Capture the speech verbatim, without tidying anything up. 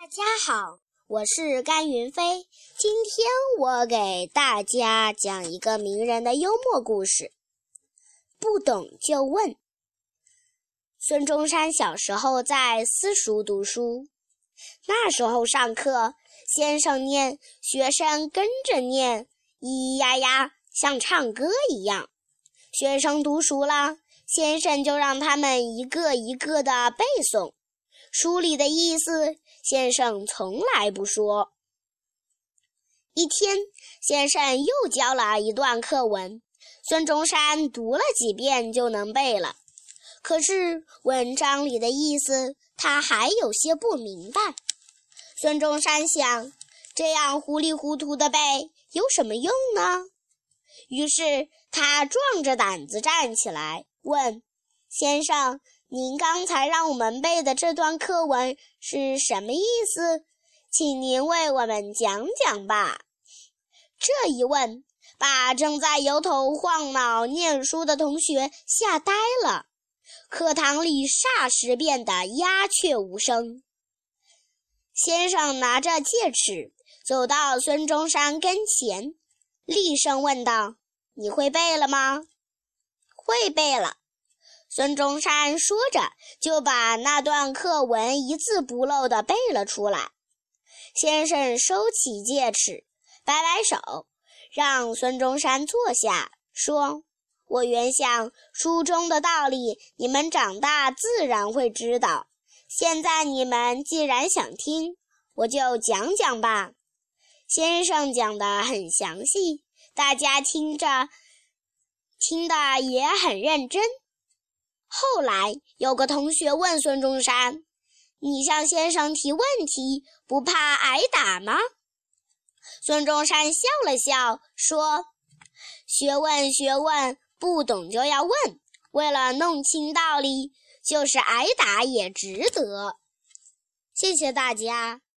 大家好，我是甘云飞。今天我给大家讲一个名人的幽默故事。不懂就问。孙中山小时候在私塾读书，那时候上课，先生念，学生跟着念，咿咿呀呀，像唱歌一样。学生读熟了，先生就让他们一个一个的背诵。书里的意思，先生从来不说。一天，先生又教了一段课文，孙中山读了几遍就能背了。可是文章里的意思，他还有些不明白。孙中山想，这样糊里糊涂的背有什么用呢？于是他壮着胆子站起来，问先生，您刚才让我们背的这段课文是什么意思？请您为我们讲讲吧。这一问，把正在摇头晃脑念书的同学吓呆了，课堂里霎时变得鸦雀无声。先生拿着戒尺，走到孙中山跟前，厉声问道：你会背了吗？会背了。孙中山说着，就把那段课文一字不漏地背了出来。先生收起戒尺，摆摆手，让孙中山坐下，说：我原想书中的道理，你们长大自然会知道。现在你们既然想听，我就讲讲吧。先生讲得很详细，大家听着，听得也很认真。后来有个同学问孙中山：你向先生提问题，不怕挨打吗？孙中山笑了笑，说：学问学问，不懂就要问，为了弄清道理，就是挨打也值得。谢谢大家。